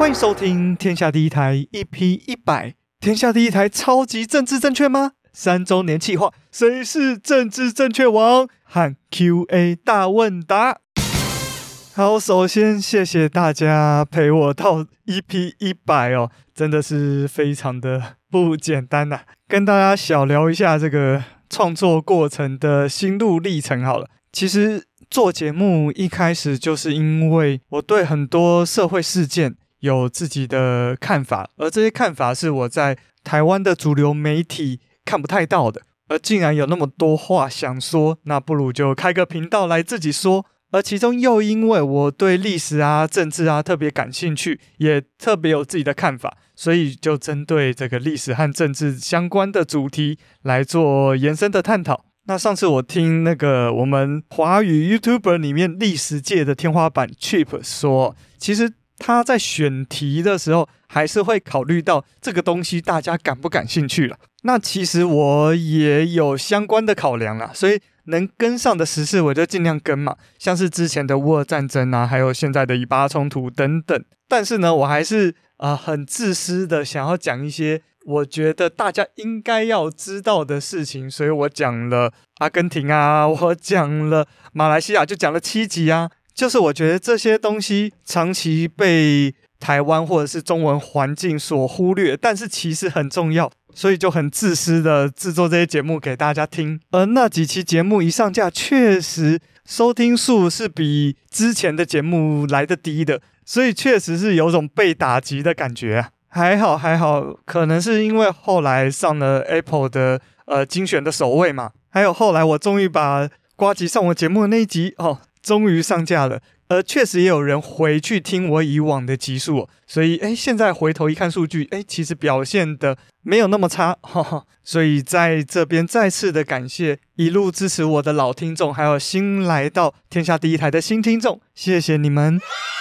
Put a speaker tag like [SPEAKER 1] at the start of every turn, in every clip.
[SPEAKER 1] 欢迎收听天下第一台 EP100，天下第一台超级政治正确吗？3周年企划，谁是政治正确王？和 Q&A 大问答。好，首先谢谢大家陪我到 EP100哦，真的是非常的不简单啊。跟大家小聊一下这个创作过程的心路历程好了。其实做节目一开始就是因为我对很多社会事件有自己的看法，而这些看法是我在台湾的主流媒体看不太到的，而竟然有那么多话想说，那不如就开个频道来自己说。而其中又因为我对历史啊、政治啊特别感兴趣，也特别有自己的看法，所以就针对这个历史和政治相关的主题来做延伸的探讨。那上次我听那个我们华语 YouTuber 里面历史界的天花板 Chip 说，其实他在选题的时候还是会考虑到这个东西大家感不感兴趣啦。那其实我也有相关的考量啦，所以能跟上的时事我就尽量跟嘛，像是之前的乌俄战争啊，还有现在的以巴冲突等等。但是呢，我还是很自私的想要讲一些我觉得大家应该要知道的事情，所以我讲了阿根廷啊，我讲了马来西亚，就讲了7集啊。就是我觉得这些东西长期被台湾或者是中文环境所忽略，但是其实很重要，所以就很自私的制作这些节目给大家听。而那几期节目一上架，确实收听数是比之前的节目来得低的，所以确实是有种被打击的感觉啊。还好，可能是因为后来上了 Apple 的精选的首位嘛，还有后来我终于把呱吉上我节目的那一集终于上架了，确实也有人回去听我以往的集数所以现在回头一看数据，其实表现的没有那么差，所以在这边再次的感谢一路支持我的老听众，还有新来到天下第一台的新听众，谢谢你们。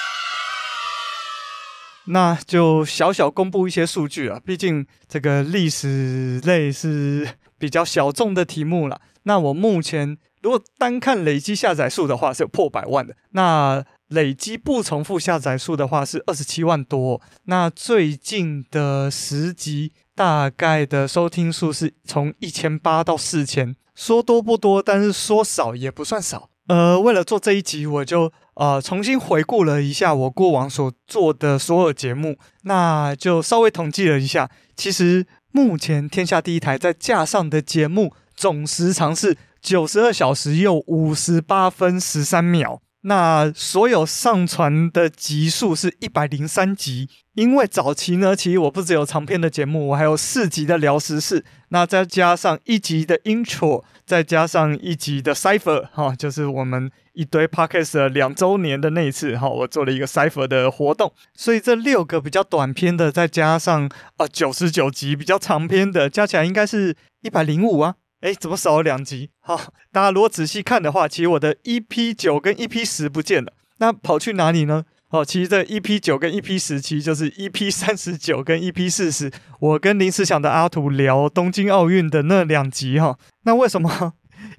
[SPEAKER 1] 那就小小公布一些数据啊，毕竟这个历史类是比较小众的题目啦。那我目前如果单看累积下载数的话是有破100万的，那累积不重复下载数的话是27万多。那最近的10集大概的收听数是从1800到4000，说多不多，但是说少也不算少。为了做这一集，我就重新回顾了一下我过往所做的所有节目，那就稍微统计了一下，其实目前天下第一台在架上的节目总时长是92小时又58分13秒，那所有上传的集数是103集。因为早期呢，其实我不只有长篇的节目，我还有4集的聊时事，那再加上1集的 intro， 再加上1集的 Cypher， 就是我们一堆 podcast 的2周年的那一次，我做了一个 Cypher 的活动，所以这6个比较短篇的，再加上99集比较长篇的，加起来应该是105啊。怎么少了2集？大家如果仔细看的话，其实我的 EP9 跟 EP10 不见了，那跑去哪里呢？其实这 EP9 跟 EP10 其实就是 EP39 跟 EP40， 我跟临时想的阿图聊东京奥运的那2集那为什么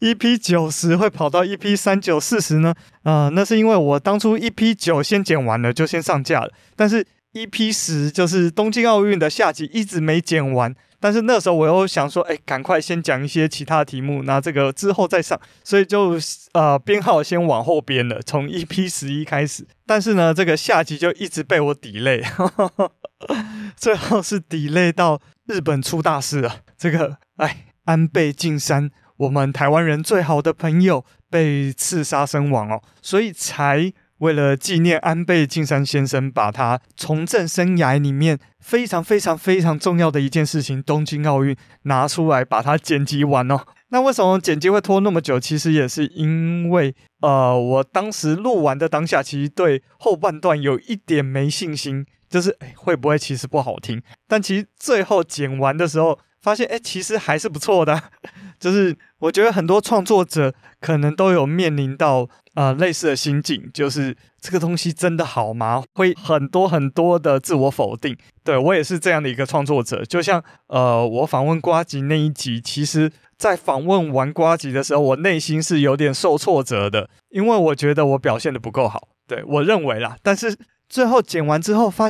[SPEAKER 1] EP90 会跑到 EP39、40呢？那是因为我当初 EP9 先剪完了就先上架了，但是 EP10 就是东京奥运的下集一直没剪完，但是那时候我又想说赶快先讲一些其他的题目，那这个之后再上，所以就编号先往后编了，从 EP11 开始。但是呢，这个下集就一直被我 delay 最后是 delay 到日本出大事了，这个安倍晋三，我们台湾人最好的朋友被刺杀身亡所以才为了纪念安倍晋三先生，把他从政生涯里面非常非常非常重要的一件事情东京奥运拿出来把它剪辑完那为什么剪辑会拖那么久？其实也是因为我当时录完的当下，其实对后半段有一点没信心，就是会不会其实不好听，但其实最后剪完的时候发现其实还是不错的就是我觉得很多创作者可能都有面临到类似的心境，就是这个东西真的好吗？会很多很多的自我否定。对，我也是这样的一个创作者，就像我访问呱吉那一集，其实在访问完呱吉的时候，我内心是有点受挫折的，因为我觉得我表现得不够好，对，我认为啦，但是最后剪完之后发现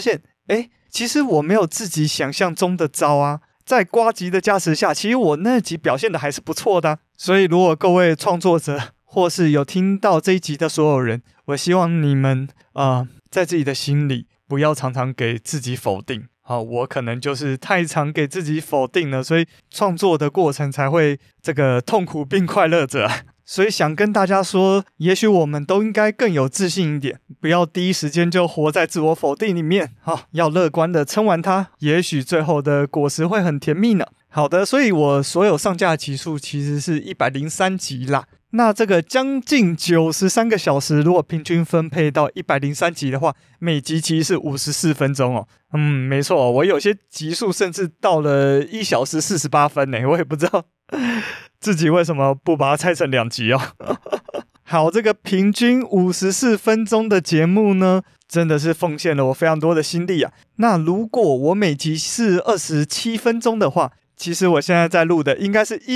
[SPEAKER 1] 其实我没有自己想象中的糟啊，在呱吉的加持下，其实我那集表现的还是不错的所以如果各位创作者或是有听到这一集的所有人，我希望你们在自己的心里不要常常给自己否定。我可能就是太常给自己否定了，所以创作的过程才会这个痛苦并快乐着所以想跟大家说，也许我们都应该更有自信一点，不要第一时间就活在自我否定里面要乐观的撑完它，也许最后的果实会很甜蜜呢。好的，所以我所有上架的集数其实是103集啦。那这个将近93个小时，如果平均分配到103集的话，每集其实是54分钟没错我有些集数甚至到了1小时48分呢，我也不知道自己为什么不把它拆成2集好，这个平均54分钟的节目呢，真的是奉献了我非常多的心力那如果我每集是27分钟的话，其实我现在在录的应该是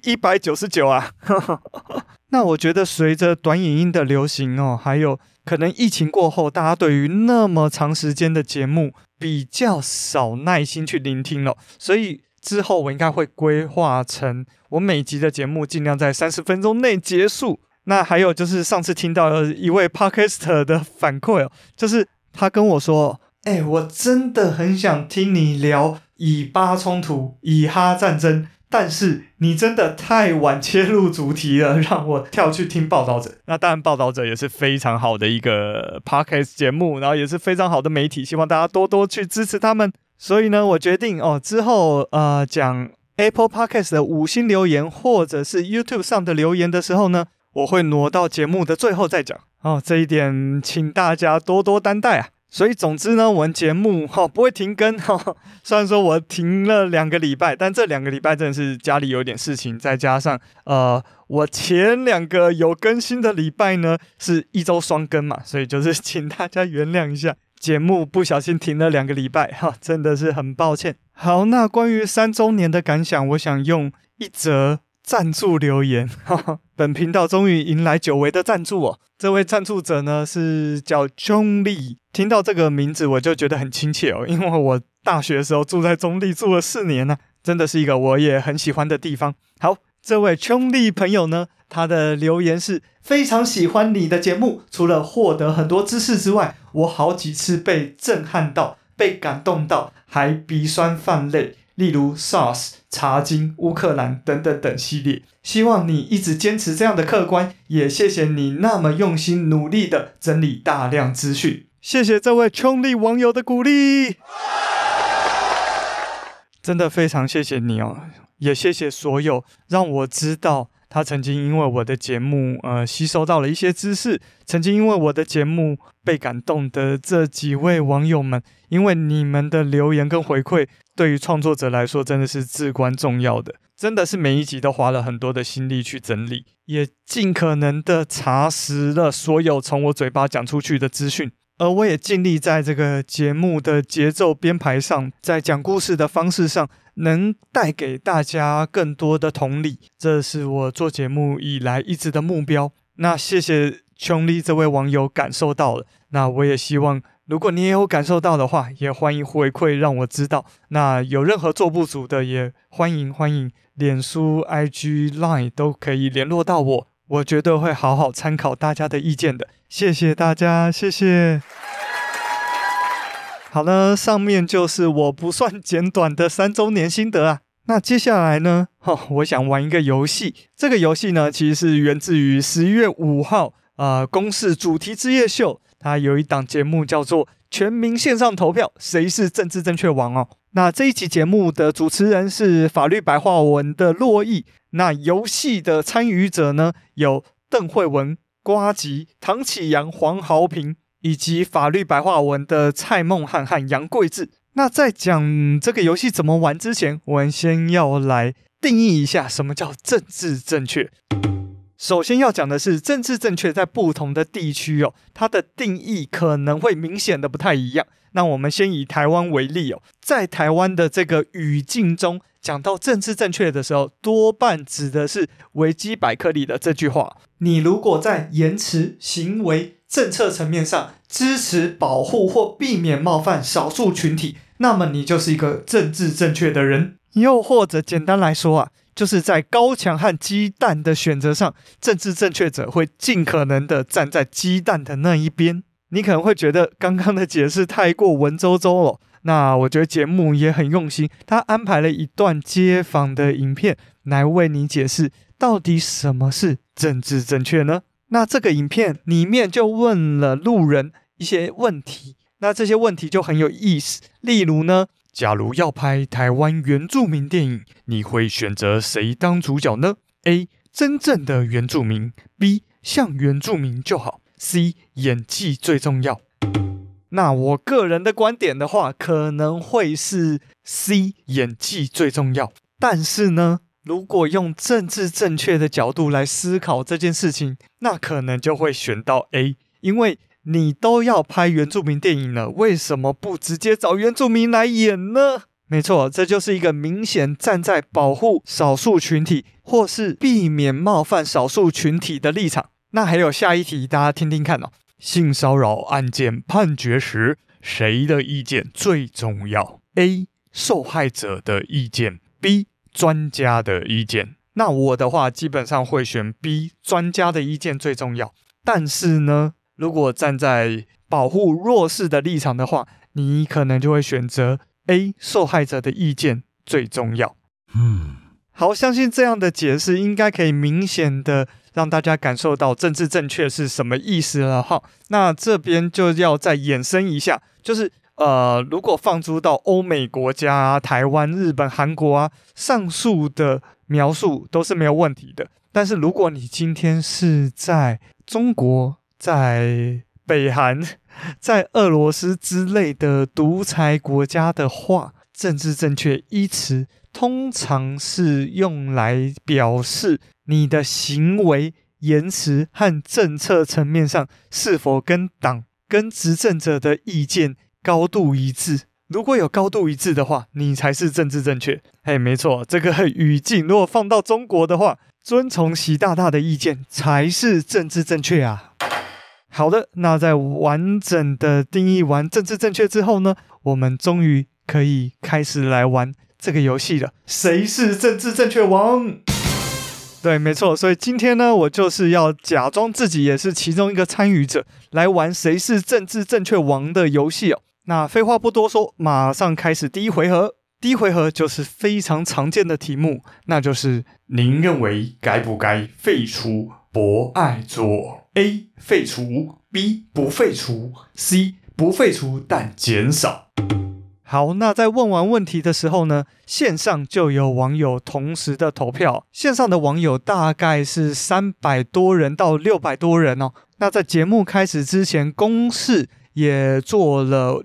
[SPEAKER 1] EP199那我觉得随着短影音的流行还有可能疫情过后，大家对于那么长时间的节目比较少耐心去聆听了，所以之后我应该会规划成我每集的节目尽量在30分钟内结束。那还有就是上次听到一位 Podcaster 的反馈就是他跟我说我真的很想听你聊以巴冲突、以哈战争，但是你真的太晚切入主题了，让我跳去听报道者。那当然报道者也是非常好的一个 podcast 节目，然后也是非常好的媒体，希望大家多多去支持他们。所以呢，我决定之后讲 Apple Podcast 的5星留言或者是 YouTube 上的留言的时候呢，我会挪到节目的最后再讲这一点请大家多多担待所以总之呢，我们节目不会停更虽然说我停了2个礼拜，但这2个礼拜真的是家里有点事情，再加上我前2个有更新的礼拜呢是1周双更嘛，所以就是请大家原谅一下，节目不小心停了2个礼拜真的是很抱歉。好，那关于3周年的感想，我想用一则赞助留言本频道终于迎来久违的赞助这位赞助者呢是叫中立，听到这个名字我就觉得很亲切因为我大学的时候住在中立住了4年真的是一个我也很喜欢的地方。好，这位中立朋友呢，他的留言是非常喜欢你的节目，除了获得很多知识之外，我好几次被震撼到，被感动到，还鼻酸泛泪，例如 SARS、茶经、乌克兰等等等系列，希望你一直坚持这样的客观，也谢谢你那么用心努力的整理大量资讯。谢谢这位中立网友的鼓励，真的非常谢谢你也谢谢所有让我知道他曾经因为我的节目吸收到了一些知识，曾经因为我的节目被感动的这几位网友们，因为你们的留言跟回馈对于创作者来说真的是至关重要的，真的是每一集都花了很多的心力去整理，也尽可能的查实了所有从我嘴巴讲出去的资讯，而我也尽力在这个节目的节奏编排上，在讲故事的方式上能带给大家更多的同理，这是我做节目以来一直的目标。那谢谢琼丽这位网友感受到了，那我也希望如果你也有感受到的话，也欢迎回馈让我知道。那有任何做不足的也欢迎脸书 IG Line 都可以联络到我，我绝对会好好参考大家的意见的。谢谢大家，谢谢。好了，上面就是我不算简短的3周年心得那接下来呢我想玩一个游戏，这个游戏呢其实是源自于11月5号公视主题之夜秀，它有一档节目叫做全民线上投票谁是政治正确王那这一期节目的主持人是法律白话文的洛毅，那游戏的参与者呢有邓惠文、呱吉、唐启阳、黄豪平以及法律白话文的蔡孟汉和杨贵智。那在讲这个游戏怎么玩之前，我们先要来定义一下什么叫政治正确。首先要讲的是政治正确在不同的地区它的定义可能会明显的不太一样。那我们先以台湾为例在台湾的这个语境中，讲到政治正确的时候，多半指的是维基百科里的这句话：你如果在言辞、行为、 政策层面上支持保护或避免冒犯少数群体，那么你就是一个政治正确的人。又或者简单来说啊，就是在高墙和鸡蛋的选择上，政治正确者会尽可能的站在鸡蛋的那一边。你可能会觉得刚刚的解释太过文绉绉了，那我觉得节目也很用心，他安排了一段街访的影片来为你解释到底什么是政治正确呢？那这个影片里面就问了路人一些问题，那这些问题就很有意思。例如呢，假如要拍台湾原住民电影，你会选择谁当主角呢？ A. 真正的原住民， B. 像原住民就好， C. 演技最重要。那我个人的观点的话，可能会是 C. 演技最重要。但是呢，如果用政治正确的角度来思考这件事情，那可能就会选到 A， 因为你都要拍原住民电影了，为什么不直接找原住民来演呢？没错，这就是一个明显站在保护少数群体或是避免冒犯少数群体的立场。那还有下一题，大家听听看哦。性骚扰案件判决时，谁的意见最重要？ A. 受害者的意见， B. 专家的意见。那我的话基本上会选 B， 专家的意见最重要。但是呢，如果站在保护弱势的立场的话，你可能就会选择 A， 受害者的意见最重要。好，相信这样的解释应该可以明显的让大家感受到政治正确是什么意思了哈。那这边就要再衍生一下，就是如果放诸到欧美国家啊、台湾、日本、韩国啊，上述的描述都是没有问题的。但是如果你今天是在中国、在北韩、在俄罗斯之类的独裁国家的话，政治正确一词通常是用来表示你的行为、言辞和政策层面上是否跟党、跟执政者的意见高度一致。如果有高度一致的话，你才是政治正确。没错，这个语境如果放到中国的话，遵从习大大的意见才是政治正确啊。好的，那在完整的定义完政治正确之后呢，我们终于可以开始来玩这个游戏了。谁是政治正确王？对，没错，所以今天呢，我就是要假装自己也是其中一个参与者，来玩谁是政治正确王的游戏哦。那废话不多说，马上开始第一回合。第一回合就是非常常见的题目，那就是您认为该不该废除博爱座？ A. 废除， B. 不废除， C. 不废除但减少。好，那在问完问题的时候呢，线上就有网友同时的投票，线上的网友大概是300多人到600多人哦。那在节目开始之前，公示也做了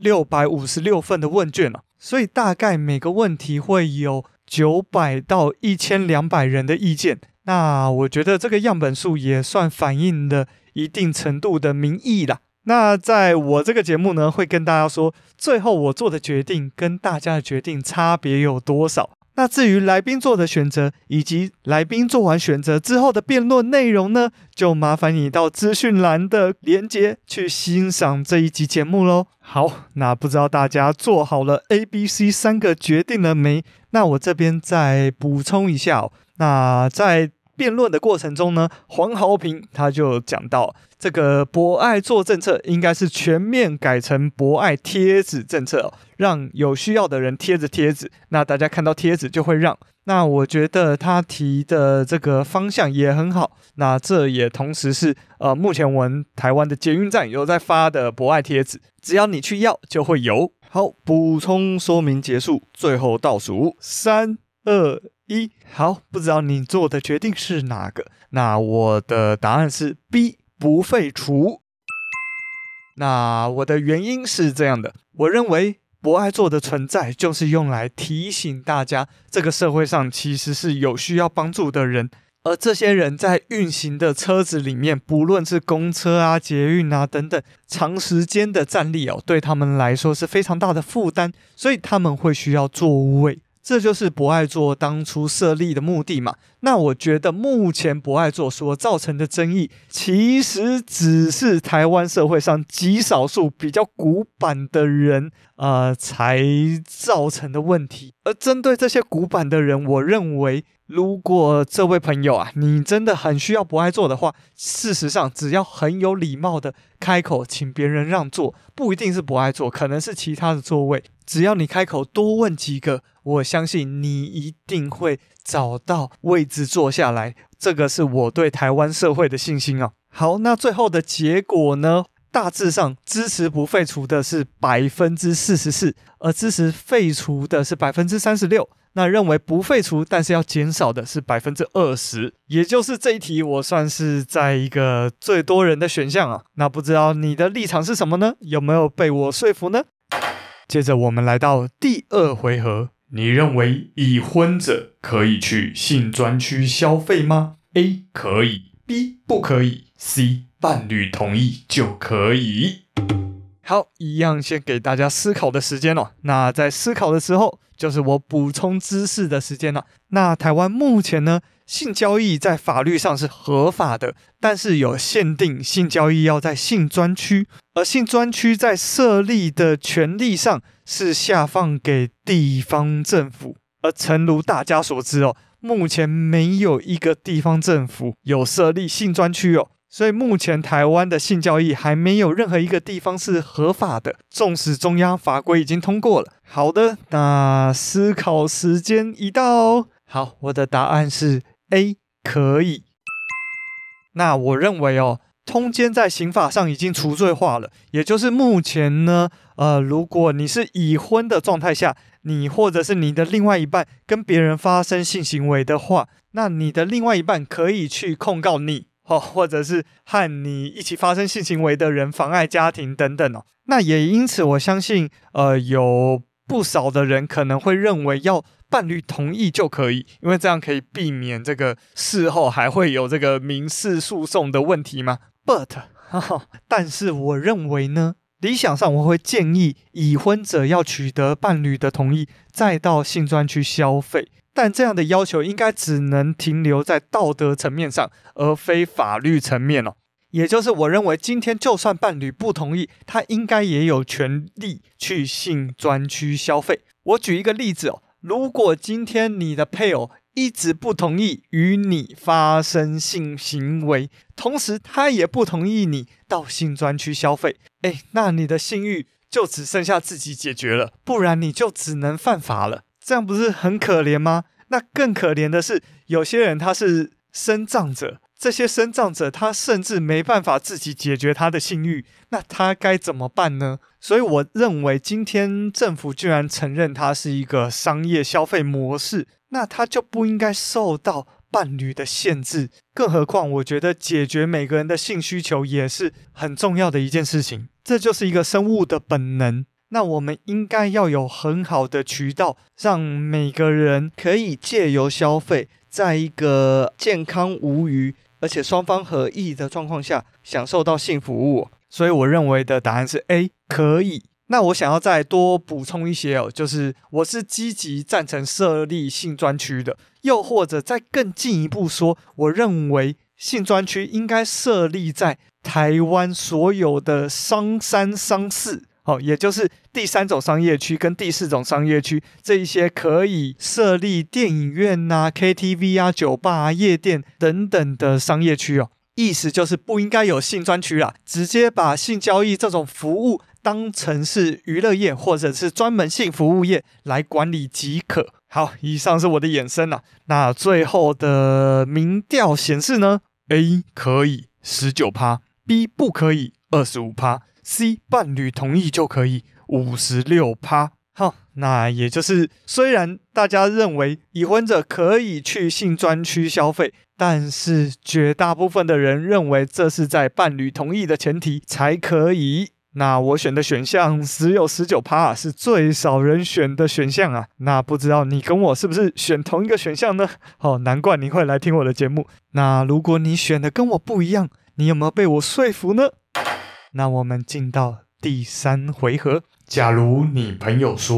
[SPEAKER 1] 656份的问卷了，所以大概每个问题会有900到1200人的意见。那我觉得这个样本数也算反映了一定程度的民意啦。那在我这个节目呢，会跟大家说，最后我做的决定跟大家的决定差别有多少。那至于来宾做的选择，以及来宾做完选择之后的辩论内容呢，就麻烦你到资讯栏的连结去欣赏这一集节目咯。好，那不知道大家做好了 A、B、C 3个决定了没？那我这边再补充一下哦。那在辩论的过程中呢，黄豪平他就讲到，这个博爱座政策应该是全面改成博爱贴纸政策哦，让有需要的人贴着贴纸，那大家看到贴纸就会让。那我觉得他提的这个方向也很好，那这也同时是目前我们台湾的捷运站有在发的博爱贴纸，只要你去要就会有。好，补充说明结束，最后倒数3、2、1。好，不知道你做的决定是哪个？那我的答案是 B， 不废除。那我的原因是这样的，我认为博爱座的存在就是用来提醒大家，这个社会上其实是有需要帮助的人，而这些人在运行的车子里面，不论是公车啊、捷运啊等等，长时间的站立对他们来说是非常大的负担，所以他们会需要座位。 这就是博爱座当初设立的目的嘛。那我觉得目前博爱座所造成的争议，其实只是台湾社会上极少数比较古板的人才造成的问题。而针对这些古板的人，我认为如果这位朋友啊，你真的很需要博爱座的话，事实上只要很有礼貌的开口请别人让座，不一定是博爱座，可能是其他的座位，只要你开口多问几个，我相信你一定会找到位置坐下来。这个是我对台湾社会的信心啊。好，那最后的结果呢，大致上支持不废除的是 44%， 而支持废除的是 36%， 那认为不废除但是要减少的是 20%， 也就是这一题我算是在一个最多人的选项啊。那不知道你的立场是什么呢？有没有被我说服呢？接着我们来到第2回合，你认为已婚者可以去性专区消费吗？ A 可以， B 不可以， C 伴侣同意就可以。好，一样先给大家思考的时间哦。那在思考的时候，就是我补充知识的时间了。那台湾目前呢，性交易在法律上是合法的，但是有限定性交易要在性专区，而性专区在设立的权利上是下放给地方政府。而诚如大家所知哦，目前没有一个地方政府有设立性专区哦。所以目前台湾的性交易还没有任何一个地方是合法的，纵使中央法规已经通过了。好的，那思考时间一到哦。好，我的答案是 A 可以。那我认为通奸在刑法上已经除罪化了，也就是目前呢，如果你是已婚的状态下，你或者是你的另外一半跟别人发生性行为的话，那你的另外一半可以去控告你。或者是和你一起发生性行为的人妨碍家庭等等哦。那也因此我相信有不少的人可能会认为要伴侣同意就可以，因为这样可以避免这个事后还会有这个民事诉讼的问题嘛。但是我认为呢，理想上我会建议已婚者要取得伴侣的同意再到性专区消费，但这样的要求应该只能停留在道德层面上，而非法律层面哦。也就是我认为今天就算伴侣不同意，他应该也有权利去性专区消费。我举一个例子哦，如果今天你的配偶一直不同意与你发生性行为，同时他也不同意你到性专区消费，那你的性欲就只剩下自己解决了，不然你就只能犯法了。这样不是很可怜吗？那更可怜的是，有些人他是身障者，这些身障者他甚至没办法自己解决他的性欲，那他该怎么办呢？所以我认为今天政府居然承认它是一个商业消费模式，那它就不应该受到伴侣的限制。更何况我觉得解决每个人的性需求也是很重要的一件事情，这就是一个生物的本能。那我们应该要有很好的渠道，让每个人可以借由消费，在一个健康无虞而且双方合意的状况下享受到性服务。所以我认为的答案是 A 可以。那我想要再多补充一些就是我是积极赞成设立性专区的，又或者再更进一步说，我认为性专区应该设立在台湾所有的商3商4，也就是第3种商业区跟第4种商业区，这一些可以设立电影院啊、KTV 啊、酒吧啊、夜店等等的商业区意思就是不应该有性专区啦，直接把性交易这种服务当成是娱乐业或者是专门性服务业来管理即可。好，以上是我的衍生啦。那最后的民调显示呢， A 可以 19%， B 不可以 25%， C 伴侣同意就可以 56%。 好，那也就是虽然大家认为已婚者可以去性专区消费，但是绝大部分的人认为这是在伴侣同意的前提才可以。那我选的选项只有 19%， 是最少人选的选项啊。那不知道你跟我是不是选同一个选项呢？难怪你会来听我的节目。那如果你选的跟我不一样，你有没有被我说服呢？那我们进到第3回合。假如你朋友说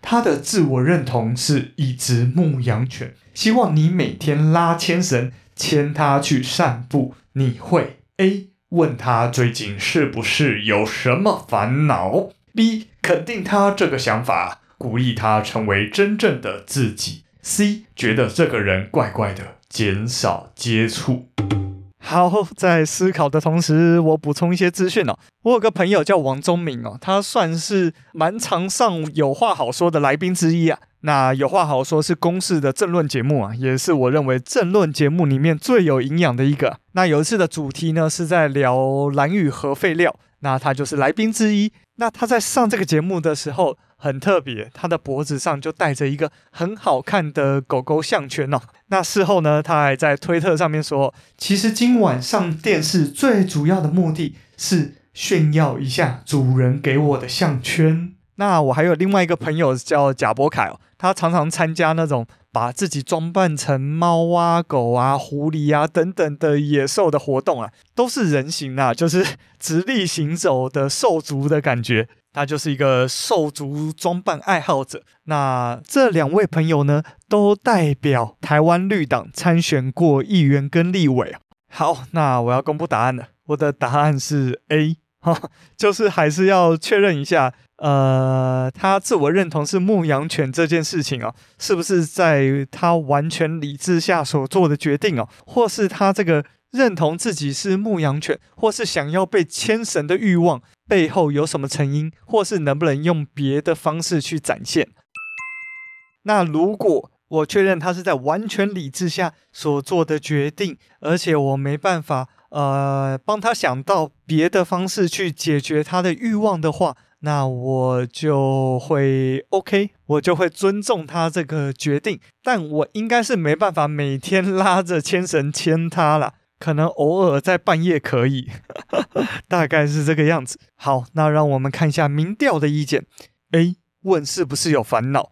[SPEAKER 1] 他的自我认同是一只牧羊犬，希望你每天拉牵绳，牵他去散步。你会 A 问他最近是不是有什么烦恼， B 肯定他这个想法，鼓励他成为真正的自己， C 觉得这个人怪怪的，减少接触。好，在思考的同时，我补充一些资讯哦。我有个朋友叫王宗明哦，他算是蛮常上有话好说的来宾之一啊。那有话好说是公视的政论节目啊，也是我认为政论节目里面最有营养的一个。那有一次的主题呢是在聊蓝屿核废料，那他就是来宾之一。那他在上这个节目的时候很特别，他的脖子上就戴着一个很好看的狗狗项圈哦。那事后呢，他还在推特上面说，其实今晚上电视最主要的目的是炫耀一下主人给我的项圈。那我还有另外一个朋友叫贾博凯哦，他常常参加那种把自己装扮成猫啊、狗啊、狐狸啊等等的野兽的活动啊，都是人形啊，就是直立行走的兽族的感觉。他就是一个兽族装扮爱好者。那这两位朋友呢，都代表台湾绿党参选过议员跟立委。好，那我要公布答案了。我的答案是 A， 就是还是要确认一下，他自我认同是牧羊犬这件事情哦，是不是在他完全理智下所做的决定哦，或是他这个认同自己是牧羊犬，或是想要被牵绳的欲望背后有什么成因，或是能不能用别的方式去展现。那如果我确认他是在完全理智下所做的决定，而且我没办法帮他想到别的方式去解决他的欲望的话，那我就会 OK， 我就会尊重他这个决定。但我应该是没办法每天拉着牵绳牵他啦，可能偶尔在半夜可以大概是这个样子。好，那让我们看一下民调的意见。 A 问是不是有烦恼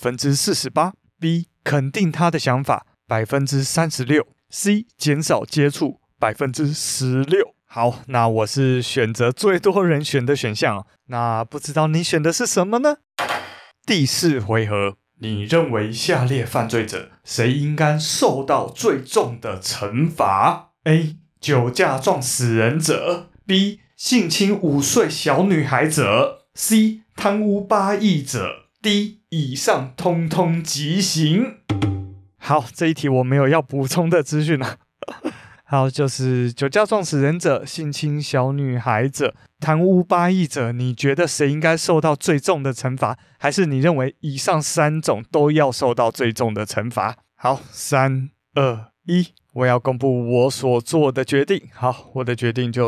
[SPEAKER 1] 48%， B 肯定他的想法 36%， C 减少接触 16%。 好，那我是选择最多人选的选项哦。那不知道你选的是什么呢？第4回合，你认为下列犯罪者谁应该受到最重的惩罚？ A 酒驾撞死人者， B 性侵5岁小女孩者， C 贪污8亿者， D 以上通通极刑。好，这一题我没有要补充的资讯啊。好，就是酒驾撞死人者、性侵小女孩者、贪污8亿者，你觉得谁应该受到最重的惩罚？还是你认为以上3种都要受到最重的惩罚？好，3、2、1，我要公布我所做的决定。好，我的决定就是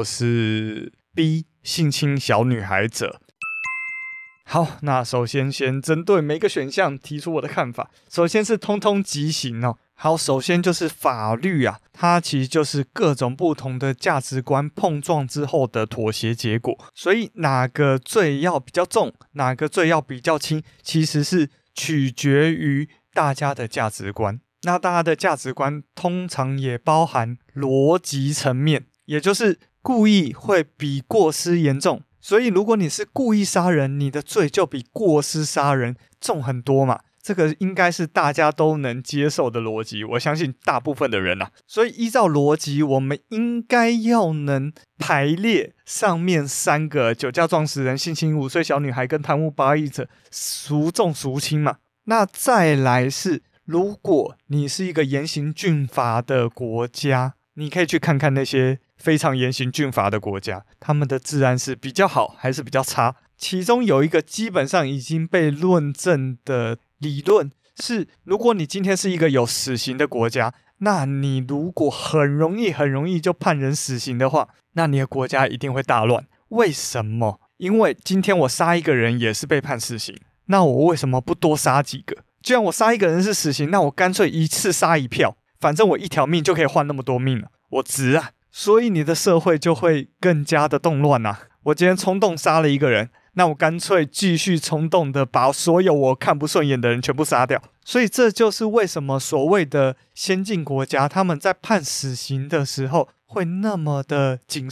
[SPEAKER 1] B 性侵小女孩者。好，那首先先针对每个选项提出我的看法。首先是通通极刑哦。好，首先就是法律啊，它其实就是各种不同的价值观碰撞之后的妥协结果。所以哪个罪要比较重，哪个罪要比较轻，其实是取决于大家的价值观。那大家的价值观通常也包含逻辑层面，也就是故意会比过失严重。所以如果你是故意杀人，你的罪就比过失杀人重很多嘛。这个应该是大家都能接受的逻辑，我相信大部分的人啊。所以依照逻辑，我们应该要能排列上面3个酒驾撞死人、性侵5岁小女孩跟贪污8亿者孰重孰轻嘛。那再来是，如果你是一个严刑峻法的国家，你可以去看看那些非常严刑峻法的国家，他们的治安是比较好还是比较差。其中有一个基本上已经被论证的理论是，如果你今天是一个有死刑的国家，那你如果很容易就判人死刑的话，那你的国家一定会大乱。为什么？因为今天我杀一个人也是被判死刑，那我为什么不多杀几个？既然我杀一个人是死刑，那我干脆一次杀1票，反正我1条命就可以换那么多命了，我值啊！所以你的社会就会更加的动乱啊。我今天冲动杀了一个人，那我干脆继续冲动的把所有我看不顺眼的人全部杀掉。所以这就是为什么所谓的先进国家他们在判死刑的时候会那么的谨慎，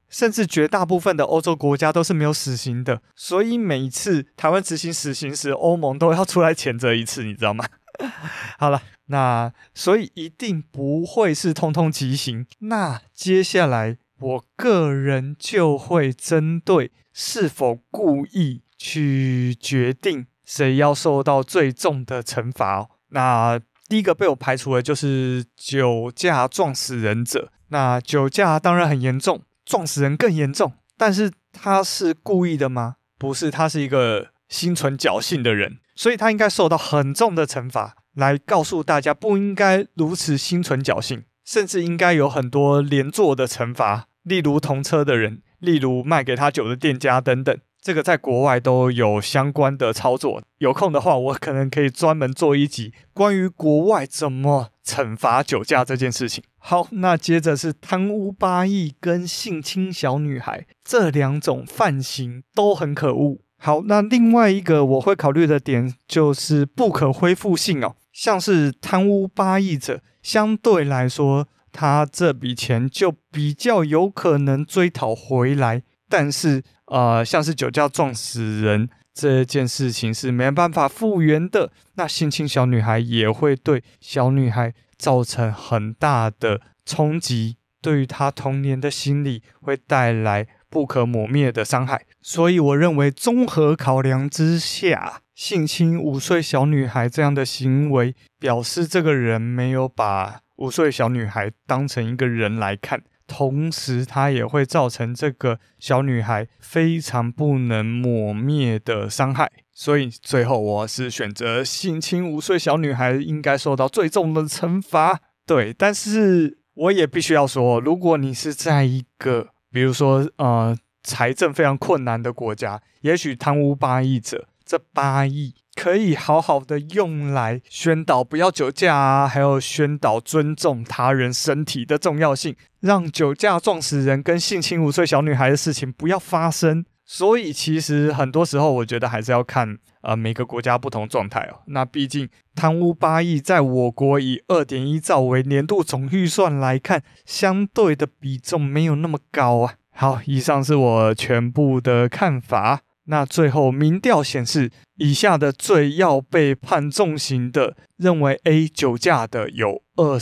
[SPEAKER 1] 甚至绝大部分的欧洲国家都是没有死刑的，所以每一次台湾执行死刑时，欧盟都要出来谴责一次，你知道吗？好了，那所以一定不会是通通极刑。那接下来我个人就会针对是否故意去决定谁要受到最重的惩罚。那第一个被我排除的就是酒驾撞死人者。那酒驾当然很严重，撞死人更严重，但是他是故意的吗？不是，他是一个心存侥幸的人，所以他应该受到很重的惩罚，来告诉大家不应该如此心存侥幸，甚至应该有很多连坐的惩罚，例如同车的人，例如卖给他酒的店家等等。这个在国外都有相关的操作，有空的话我可能可以专门做一集关于国外怎么惩罚酒驾这件事情。好，那接着是贪污8亿跟性侵小女孩，这两种犯行都很可恶。好，那另外一个我会考虑的点就是不可恢复性哦，像是贪污8亿者，相对来说他这笔钱就比较有可能追讨回来，但是像是酒驾撞死人这件事情是没办法复原的，那性侵小女孩也会对小女孩造成很大的冲击，对于她童年的心理会带来不可磨灭的伤害。所以我认为综合考量之下，性侵5岁小女孩这样的行为，表示这个人没有把5岁小女孩当成一个人来看，同时它也会造成这个小女孩非常不能抹灭的伤害。所以最后我是选择性侵5岁小女孩应该受到最重的惩罚。对，但是我也必须要说，如果你是在一个比如说财政非常困难的国家，也许贪污8亿者，这8亿可以好好的用来宣导不要酒驾啊，还有宣导尊重他人身体的重要性，让酒驾撞死人跟性侵5岁小女孩的事情不要发生。所以其实很多时候我觉得还是要看每个国家不同状态哦。那毕竟贪污8亿在我国以 2.1 兆为年度总预算来看，相对的比重没有那么高啊。好，以上是我全部的看法。那最后民调显示，以下的罪要被判重刑的，认为 A 酒驾的有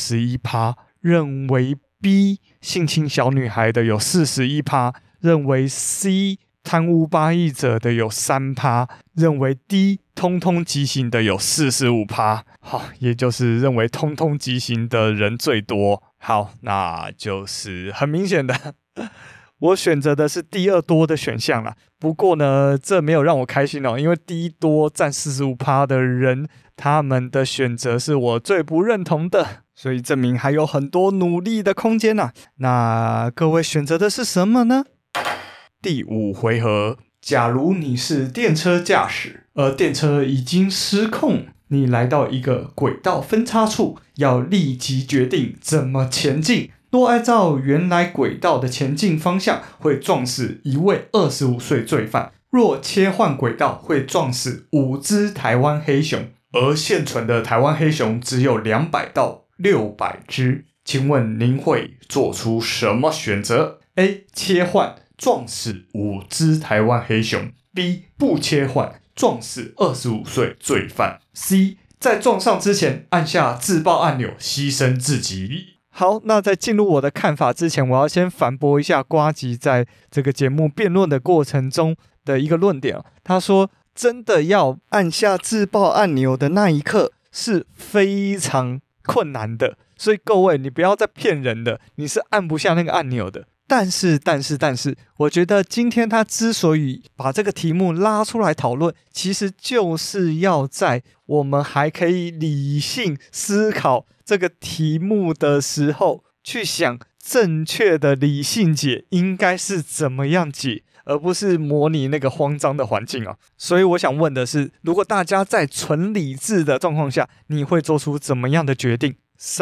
[SPEAKER 1] 21%， 认为 B 性侵小女孩的有 41%， 认为 C 贪污8亿者的有 3%， 认为 D 通通极刑的有 45%。 好，也就是认为通通极刑的人最多。好，那就是很明显的我选择的是第二多的选项啦。不过呢，这没有让我开心哦，因为第一多占 45% 的人，他们的选择是我最不认同的，所以证明还有很多努力的空间啊。那各位选择的是什么呢？第5回合，假如你是电车驾驶，而电车已经失控，你来到一个轨道分叉处，要立即决定怎么前进。若按照原来轨道的前进方向，会撞死一位25岁罪犯；若切换轨道，会撞死5只台湾黑熊，而现存的台湾黑熊只有200到600只。请问您会做出什么选择？ A. 切换，撞死5只台湾黑熊。 B. 不切换，撞死25岁罪犯。 C. 在撞上之前按下自爆按钮，牺牲自己。好，那在进入我的看法之前，我要先反驳一下呱吉在这个节目辩论的过程中的一个论点。他说真的要按下自爆按钮的那一刻是非常困难的，所以各位你不要再骗人的，你是按不下那个按钮的。但是我觉得今天他之所以把这个题目拉出来讨论，其实就是要在我们还可以理性思考这个题目的时候，去想正确的理性解应该是怎么样解，而不是模拟那个慌张的环境啊。所以我想问的是，如果大家在纯理智的状况下，你会做出怎么样的决定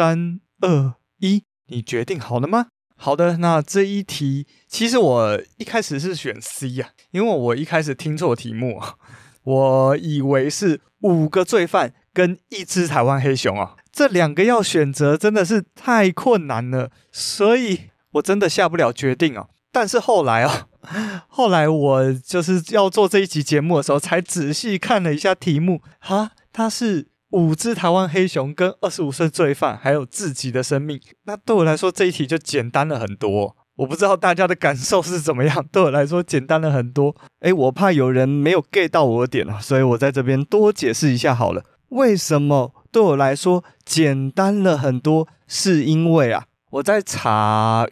[SPEAKER 1] ？3、2、1，你决定好了吗？好的，那这一题其实我一开始是选 C 啊，因为我一开始听错题目啊，我以为是5个罪犯跟1只台湾黑熊啊，这2个要选择真的是太困难了，所以我真的下不了决定啊。 但是后来我就是要做这一集节目的时候，才仔细看了一下题目，它是5只台湾黑熊跟25岁罪犯还有自己的生命。那对我来说这一题就简单了很多，我不知道大家的感受是怎么样，对我来说简单了很多。我怕有人没有 get 到我的点了，所以我在这边多解释一下好了。为什么对我来说简单了很多？是因为我在查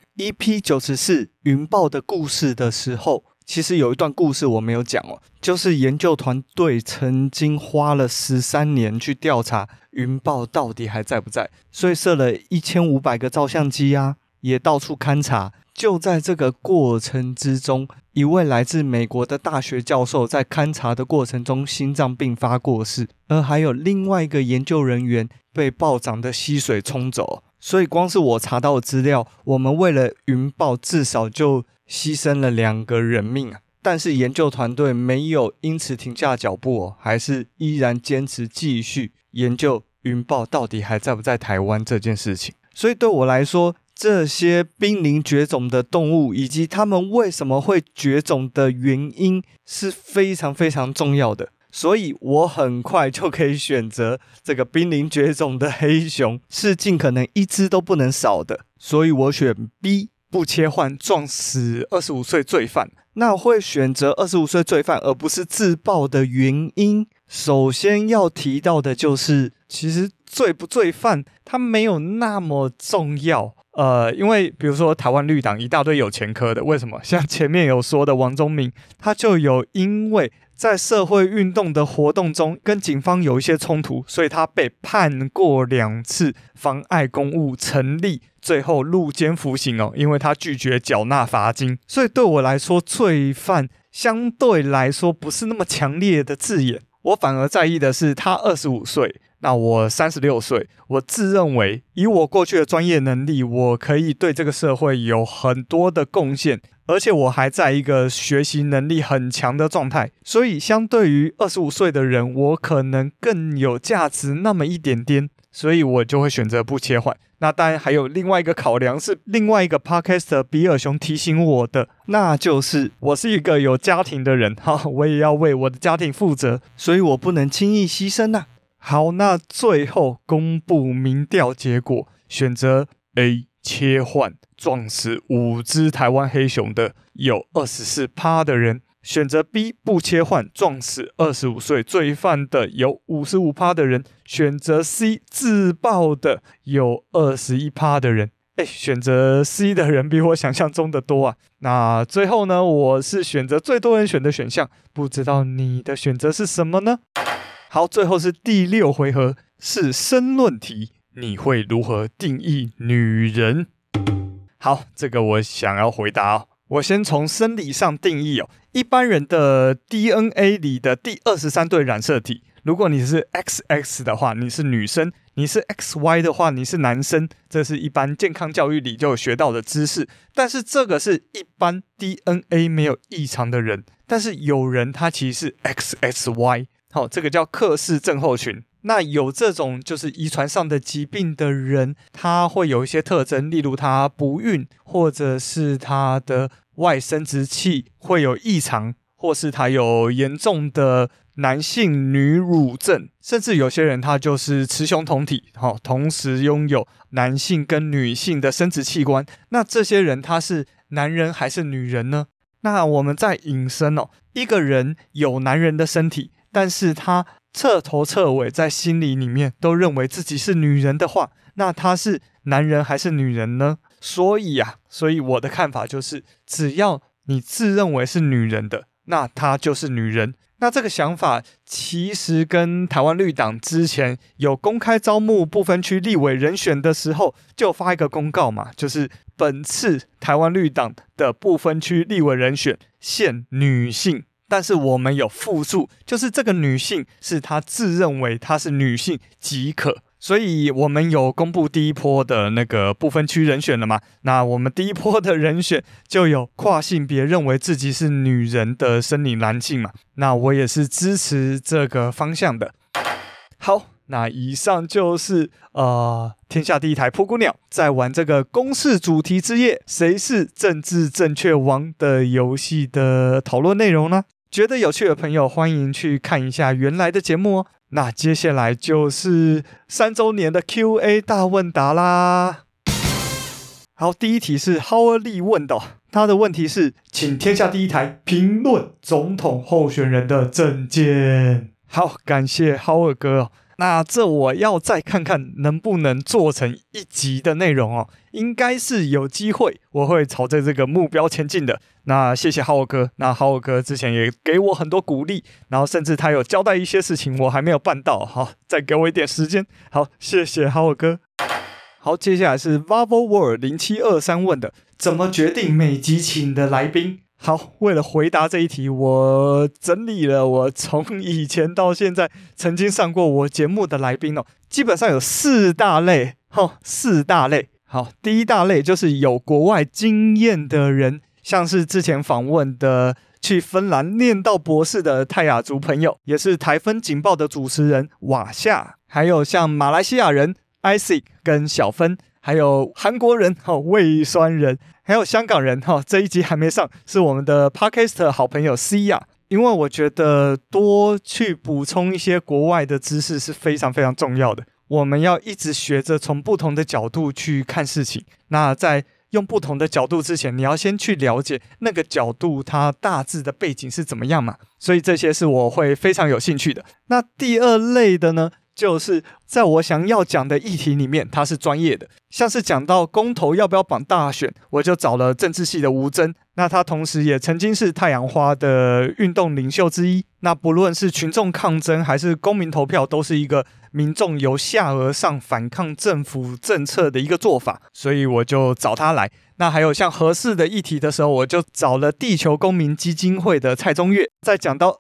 [SPEAKER 1] EP94 云豹的故事的时候，其实有一段故事我没有讲就是研究团队曾经花了13年去调查云豹到底还在不在，所以设了1500个照相机也到处勘察。就在这个过程之中，一位来自美国的大学教授在勘察的过程中心脏病发过世，而还有另外一个研究人员被暴涨的溪水冲走。所以光是我查到的资料，我们为了云豹至少就牺牲了2个人命但是研究团队没有因此停下脚步还是依然坚持继续研究云豹到底还在不在台湾这件事情。所以对我来说，这些濒临绝种的动物以及它们为什么会绝种的原因是非常非常重要的，所以我很快就可以选择这个濒临绝种的黑熊，是尽可能1只都不能少的，所以我选 B， 不切换撞死25岁罪犯。那会选择25岁罪犯而不是自爆的原因，首先要提到的就是其实罪不罪犯它没有那么重要。因为比如说台湾绿党一大堆有前科的，为什么？像前面有说的王宗明，他就有因为在社会运动的活动中跟警方有一些冲突，所以他被判过2次妨碍公务成立，最后入监服刑因为他拒绝缴纳罚金。所以对我来说，罪犯相对来说不是那么强烈的字眼，我反而在意的是他25岁，那我36岁，我自认为以我过去的专业能力，我可以对这个社会有很多的贡献，而且我还在一个学习能力很强的状态，所以相对于25岁的人，我可能更有价值那么一点点，所以我就会选择不切换。那当然还有另外一个考量，是另外一个 podcaster 比尔熊提醒我的，那就是我是一个有家庭的人，我也要为我的家庭负责，所以我不能轻易牺牲好，那最后公布民调结果，选择 A 切换撞死5只台湾黑熊的有 24% 的人，选择 B 不切换撞死25岁罪犯的有 55% 的人，选择 C 自爆的有 21% 的人。选择 C 的人比我想象中的多那最后呢，我是选择最多人选的选项，不知道你的选择是什么呢？好，最后是第6回合，是申论题，你会如何定义女人？好，这个我想要回答我先从生理上定义一般人的 DNA 里的第23对染色体，如果你是 XX 的话，你是女生；你是 XY 的话，你是男生。这是一般健康教育里就有学到的知识。但是这个是一般 DNA 没有异常的人，但是有人他其实是 XXY。这个叫克氏症候群。那有这种就是遗传上的疾病的人，他会有一些特征，例如他不孕，或者是他的外生殖器会有异常，或是他有严重的男性女乳症，甚至有些人他就是雌雄同体，同时拥有男性跟女性的生殖器官。那这些人他是男人还是女人呢？那我们再引申一个人有男人的身体，但是他彻头彻尾在心里面都认为自己是女人的话，那他是男人还是女人呢？所以我的看法就是，只要你自认为是女人的，那她就是女人。那这个想法其实跟台湾绿党之前有公开招募不分区立委人选的时候，就发一个公告嘛，就是本次台湾绿党的不分区立委人选限女性。但是我们有复数，就是这个女性是她自认为她是女性即可，所以我们有公布第一波的那个不分区人选了嘛？那我们第一波的人选就有跨性别认为自己是女人的生理男性嘛？那我也是支持这个方向的。好， 那以上就是天下第一台噗咕鸟在玩这个公式主题之夜谁是政治正确王的游戏的讨论内容呢？觉得有趣的朋友欢迎去看一下原来的节目哦。那接下来就是3周年的 Q&A 大问答啦。好，第一题是 Howard Lee 问的，他的问题是请天下第一台评论总统候选人的政见。好，感谢 Howard 哥那这我要再看看能不能做成一集的内容应该是有机会，我会朝着这个目标前进的。那谢谢Howard哥，那Howard哥之前也给我很多鼓励，然后甚至他有交代一些事情我还没有办到，好，再给我一点时间。好，谢谢Howard哥。好，接下来是 Vavo World 0723问的，怎么决定每集请的来宾？好，为了回答这一题，我整理了我从以前到现在曾经上过我节目的来宾基本上有4大类，4大类。好，第一大类就是有国外经验的人，像是之前访问的去芬兰念到博士的泰雅族朋友，也是台芬警报的主持人瓦夏，还有像马来西亚人 Isaac 跟小芬，还有韩国人胃酸人，还有香港人这一集还没上，是我们的 Podcast 好朋友 Cia。 因为我觉得多去补充一些国外的知识是非常非常重要的，我们要一直学着从不同的角度去看事情，那在用不同的角度之前，你要先去了解那个角度它大致的背景是怎么样嘛，所以这些是我会非常有兴趣的。那第二类的呢，就是在我想要讲的议题里面它是专业的，像是讲到公投要不要绑大选，我就找了政治系的吴峥，那他同时也曾经是太阳花的运动领袖之一，那不论是群众抗争还是公民投票，都是一个民众由下而上反抗政府政策的一个做法，所以我就找他来。那还有像核四的议题的时候，我就找了地球公民基金会的蔡宗岳。在讲到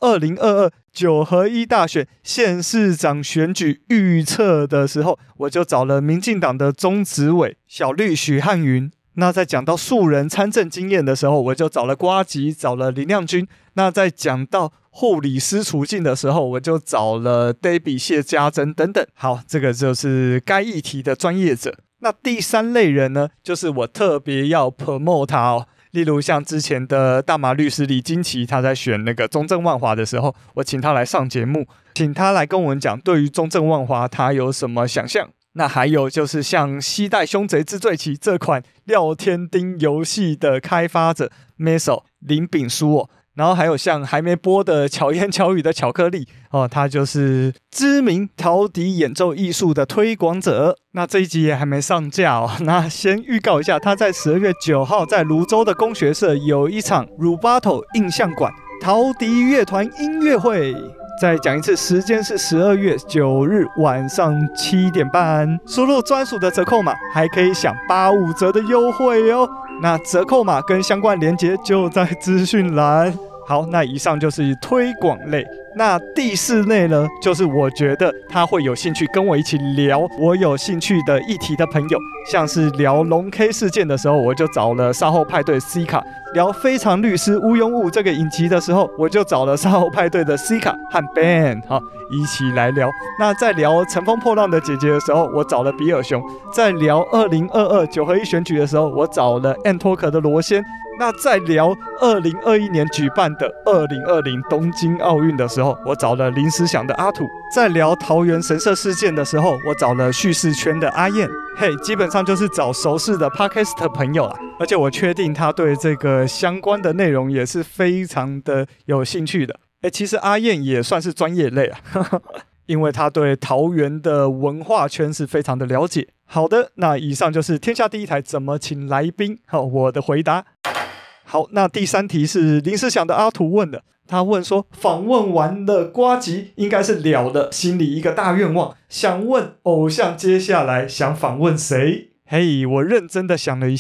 [SPEAKER 1] 20229合1大选县市长选举预测的时候，我就找了民进党的中执委小绿许汉云。那在讲到素人参政经验的时候，我就找了呱吉，找了林亮君。那在讲到护理师处境的时候，我就找了 Debbie 谢家珍等等。好，这个就是该议题的专业者。那第三类人呢，就是我特别要 promote 他例如像之前的大马律师李金奇，他在选那个中正万华的时候，我请他来上节目，请他来跟我们讲对于中正万华他有什么想象。那还有就是像西带凶贼之罪棋这款廖天丁游戏的开发者 Meso 林炳书然后还有像还没播的巧言巧语的巧克力他就是知名陶笛演奏艺术的推广者。那这一集也还没上架那先预告一下，他在12月9号在泸州的工学社有一场 Rubato 印象馆陶笛乐团音乐会。再讲一次，时间是12月9日晚上7点半，输入专属的折扣码还可以享85折的优惠那折扣码跟相关连结就在资讯栏。好，那以上就是推广类。那第四类呢，就是我觉得他会有兴趣跟我一起聊我有兴趣的议题的朋友，像是聊龙 K 事件的时候，我就找了沙后派对 C 卡；聊非常律师吴庸物这个影集的时候，我就找了沙后派对的 C 卡和 Ben 一起来聊。那在聊乘风破浪的姐姐的时候，我找了比尔熊；在聊20229合1选举的时候，我找了 Antalk 的罗先。那在聊2021年举办的2020东京奥运的时候，我找了临时想的阿土；在聊桃园神社事件的时候，我找了叙事圈的阿燕。基本上就是找熟识的 Podcast 朋友啦，而且我确定他对这个相关的内容也是非常的有兴趣的。其实阿燕也算是专业类啊因为他对桃园的文化圈是非常的了解。好的，那以上就是天下第一台怎么请来宾我的回答。好，那第三题是临时想的阿图问的，他问说访问完了呱吉应该是了了，心里一个大愿望，想问偶像接下来想访问谁？我认真的想了一下，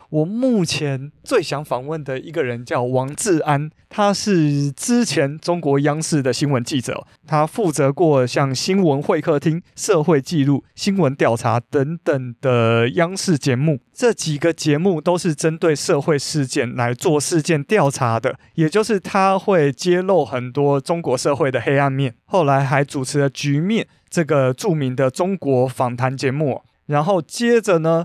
[SPEAKER 1] 我目前最想访问的一个人叫王志安，他是之前中国央视的新闻记者，他负责过像新闻会客厅、社会记录、新闻调查等等的央视节目，这几个节目都是针对社会事件来做事件调查的，也就是他会揭露很多中国社会的黑暗面。后来还主持了《局面》这个著名的中国访谈节目，然后接着呢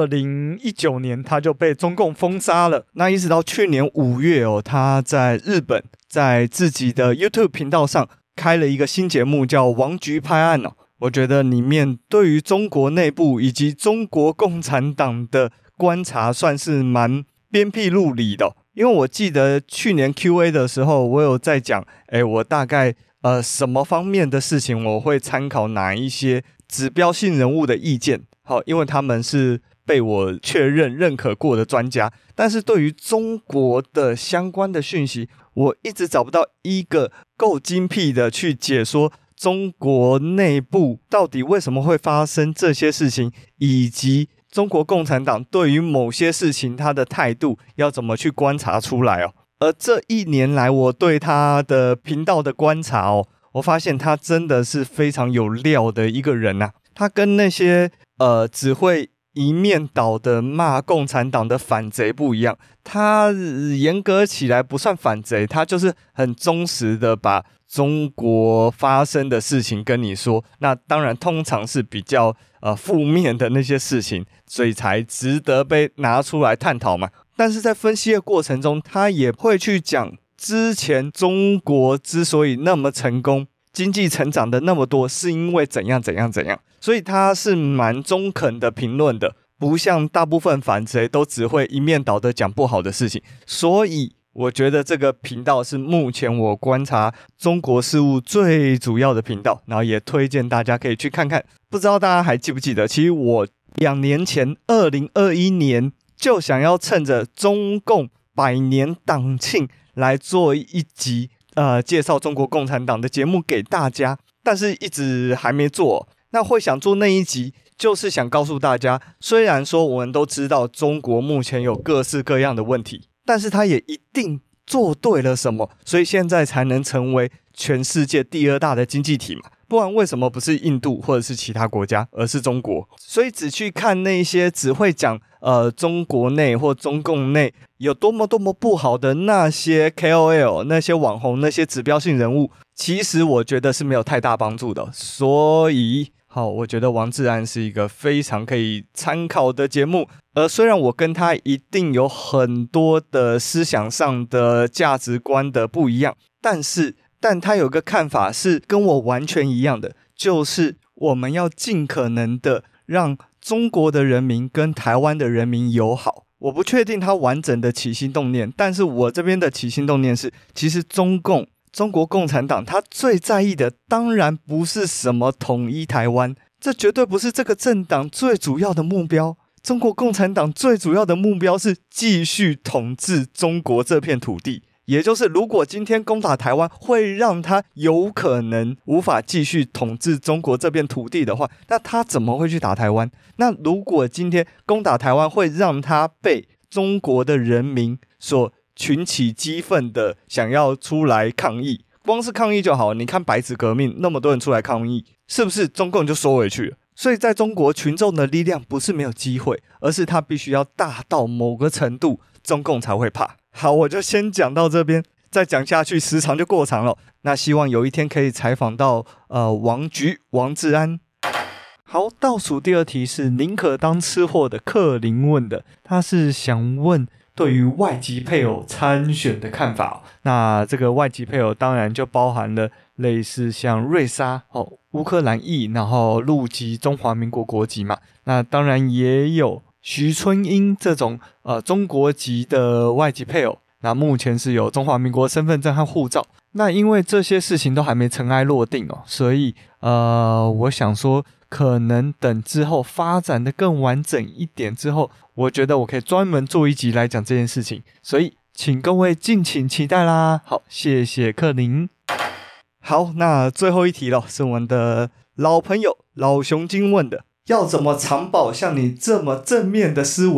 [SPEAKER 1] 2019年他就被中共封杀了，那一直到去年5月他在日本在自己的 YouTube 频道上开了一个新节目叫王局拍案我觉得里面对于中国内部以及中国共产党的观察算是蛮鞭辟入里的因为我记得去年 QA 的时候我有在讲我大概什么方面的事情我会参考哪一些指标性人物的意见，因为他们是被我确认认可过的专家，但是对于中国的相关的讯息我一直找不到一个够精辟的去解说中国内部到底为什么会发生这些事情，以及中国共产党对于某些事情他的态度要怎么去观察出来而这1年来我对他的频道的观察我发现他真的是非常有料的一个人他跟那些只会一面倒的骂共产党的反贼不一样，他严格起来不算反贼，他就是很忠实的把中国发生的事情跟你说，那当然通常是比较负面的那些事情，所以才值得被拿出来探讨嘛。但是在分析的过程中他也会去讲之前中国之所以那么成功，经济成长的那么多是因为怎样怎样怎样，所以他是蛮中肯的评论的，不像大部分反贼都只会一面倒的讲不好的事情。所以我觉得这个频道是目前我观察中国事务最主要的频道，然后也推荐大家可以去看看。不知道大家还记不记得，其实我2年前2021年就想要趁着中共100年党庆来做一集介绍中国共产党的节目给大家，但是一直还没做。那会想做那一集就是想告诉大家，虽然说我们都知道中国目前有各式各样的问题，但是他也一定做对了什么，所以现在才能成为全世界第2大的经济体嘛，不然为什么不是印度或者是其他国家，而是中国？所以只去看那些只会讲中国内或中共内有多么多么不好的那些 KOL 那些网红那些指标性人物，其实我觉得是没有太大帮助的。所以好，我觉得王志安是一个非常可以参考的节目，虽然我跟他一定有很多的思想上的价值观的不一样，但他有个看法是跟我完全一样的，就是我们要尽可能的让中国的人民跟台湾的人民友好。我不确定他完整的起心动念，但是我这边的起心动念是，其实中国共产党他最在意的当然不是什么统一台湾，这绝对不是这个政党最主要的目标。中国共产党最主要的目标是继续统治中国这片土地，也就是如果今天攻打台湾会让他有可能无法继续统治中国这片土地的话，那他怎么会去打台湾？那如果今天攻打台湾会让他被中国的人民所群起激愤的想要出来抗议，光是抗议就好，你看白纸革命那么多人出来抗议，是不是中共就收回去了？所以在中国群众的力量不是没有机会，而是他必须要大到某个程度，中共才会怕。好，我就先讲到这边，再讲下去时长就过长了。那希望有一天可以采访到王志安。好，倒数第2题是宁可当吃货的克林问的，他是想问对于外籍配偶参选的看法。那这个外籍配偶当然就包含了类似像瑞莎乌克兰裔，然后陆籍中华民国国籍嘛。那当然也有徐春英这种中国籍的外籍配偶，那目前是有中华民国身份证和护照。那因为这些事情都还没尘埃落定所以我想说可能等之后发展的更完整一点之后，我觉得我可以专门做一集来讲这件事情，所以请各位敬请期待啦。好，谢谢克林。好，那最后一题了，是我们的老朋友老熊精问的，要怎么长保像你这么正面的思维，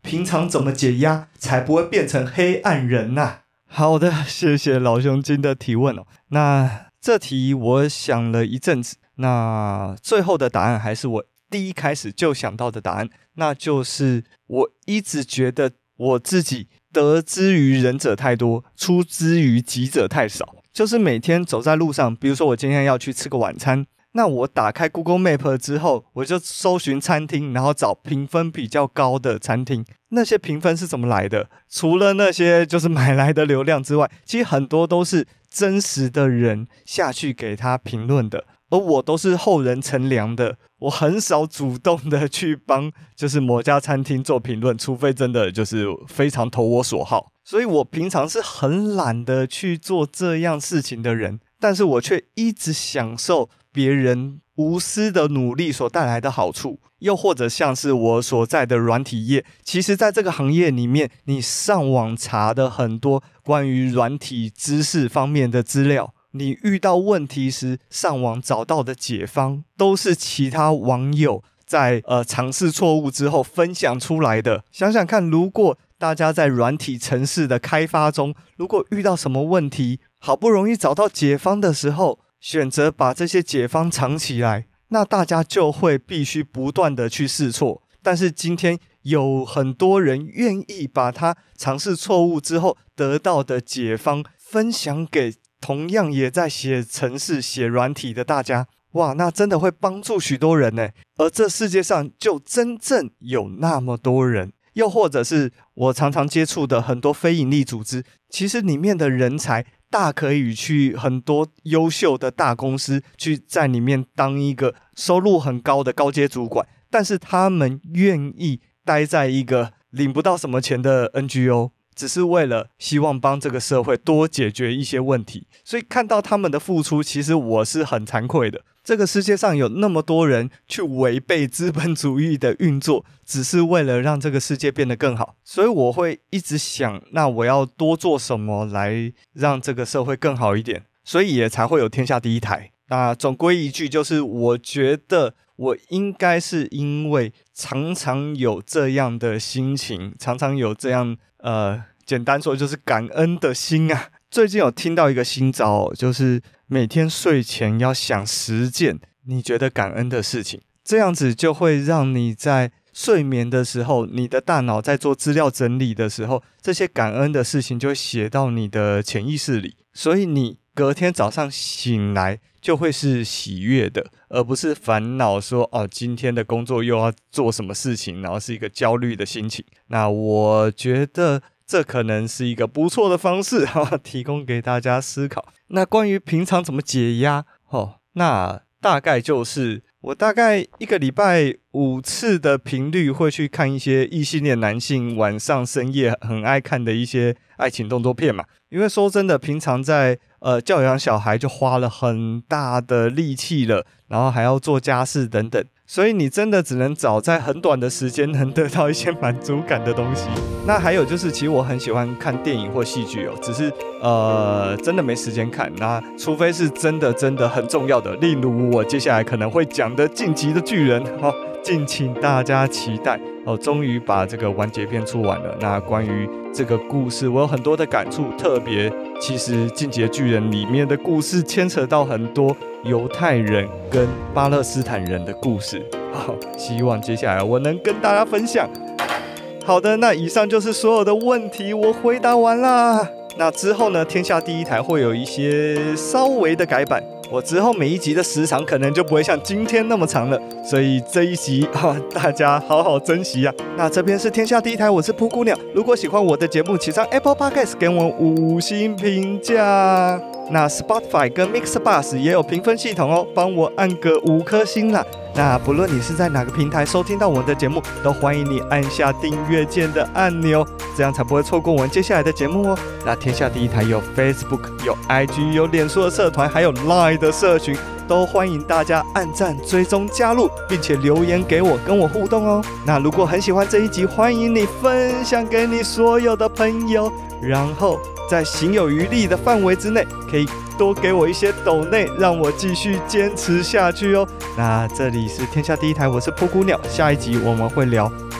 [SPEAKER 1] 平常怎么解压才不会变成黑暗人啊？好的，谢谢老兄金的提问哦。那这题我想了一阵子，那最后的答案还是我第一开始就想到的答案，那就是我一直觉得我自己得之于仁者太多，出之于己者太少。就是每天走在路上，比如说我今天要去吃个晚餐，那我打开 Google Map 之后，我就搜寻餐厅，然后找评分比较高的餐厅。那些评分是怎么来的？除了那些就是买来的流量之外，其实很多都是真实的人下去给他评论的，而我都是后人乘凉的。我很少主动的去帮就是某家餐厅做评论，除非真的就是非常投我所好。所以我平常是很懒得去做这样事情的人，但是我却一直享受别人无私的努力所带来的好处。又或者像是我所在的软体业，其实在这个行业里面，你上网查的很多关于软体知识方面的资料，你遇到问题时上网找到的解方，都是其他网友在尝试错误之后分享出来的。想想看，如果大家在软体程式的开发中，如果遇到什么问题，好不容易找到解方的时候，选择把这些解方藏起来，那大家就会必须不断的去试错。但是今天有很多人愿意把他尝试错误之后得到的解方分享给同样也在写程式写软体的大家，哇，那真的会帮助许多人耶。而这世界上就真正有那么多人。又或者是我常常接触的很多非营利组织，其实里面的人才大可以去很多优秀的大公司去在里面当一个收入很高的高阶主管，但是他们愿意待在一个领不到什么钱的 NGO， 只是为了希望帮这个社会多解决一些问题。所以看到他们的付出，其实我是很惭愧的。这个世界上有那么多人去违背资本主义的运作，只是为了让这个世界变得更好。所以我会一直想，那我要多做什么来让这个社会更好一点，所以也才会有天下第一台。那总归一句，就是我觉得我应该是因为常常有这样的心情，常常有这样简单说就是感恩的心啊。最近有听到一个新招就是每天睡前要想10件你觉得感恩的事情，这样子就会让你在睡眠的时候，你的大脑在做资料整理的时候，这些感恩的事情就会写到你的潜意识里，所以你隔天早上醒来就会是喜悦的，而不是烦恼说今天的工作又要做什么事情，然后是一个焦虑的心情。那我觉得这可能是一个不错的方式提供给大家思考。那关于平常怎么解压那大概就是我大概一个礼拜5次的频率会去看一些异性恋男性晚上深夜很爱看的一些爱情动作片嘛。因为说真的，平常在教养小孩就花了很大的力气了，然后还要做家事等等，所以你真的只能找在很短的时间能得到一些满足感的东西。那还有就是其实我很喜欢看电影或戏剧只是真的没时间看，那除非是真的很重要的，例如我接下来可能会讲的晋级的巨人敬请大家期待终于把这个完结篇出完了。那关于这个故事我有很多的感触，特别其实进击的巨人里面的故事牵扯到很多犹太人跟巴勒斯坦人的故事，希望接下来我能跟大家分享。好的，那以上就是所有的问题，我回答完啦。那之后呢，天下第一台会有一些稍微的改版，我之后每一集的时长可能就不会像今天那么长了，所以这一集大家好好珍惜啊。那这边是天下第一台，我是噗姑娘，如果喜欢我的节目，请上 Apple Podcast 给我5星评价。那 Spotify 跟 Mixbox 也有评分系统帮我按个5颗星啦。那不论你是在哪个平台收听到我们的节目，都欢迎你按下订阅键的按钮，这样才不会错过我们接下来的节目那天下第一台有 Facebook 有 IG 有脸书的社团，还有 LINE 的社群，都欢迎大家按赞追踪加入，并且留言给我跟我互动那如果很喜欢这一集，欢迎你分享给你所有的朋友，然后在行有余力的范围之内，可以多给我一些抖内，让我继续坚持下去那这里是天下第一台，我是噗姑娘，下一集我们会聊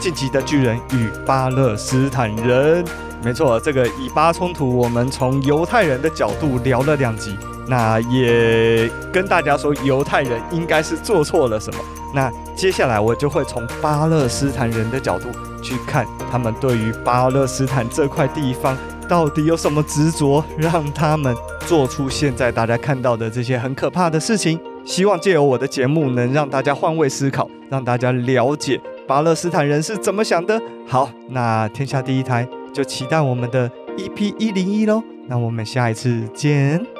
[SPEAKER 1] 晋级的巨人与巴勒斯坦人。没错，这个以巴冲突，我们从犹太人的角度聊了2集，那也跟大家说犹太人应该是做错了什么。那接下来我就会从巴勒斯坦人的角度去看他们对于巴勒斯坦这块地方到底有什么执着，让他们做出现在大家看到的这些很可怕的事情。希望借由我的节目能让大家换位思考，让大家了解巴勒斯坦人是怎么想的。好，那天下第一台就期待我们的 EP101咯，那我们下一次见。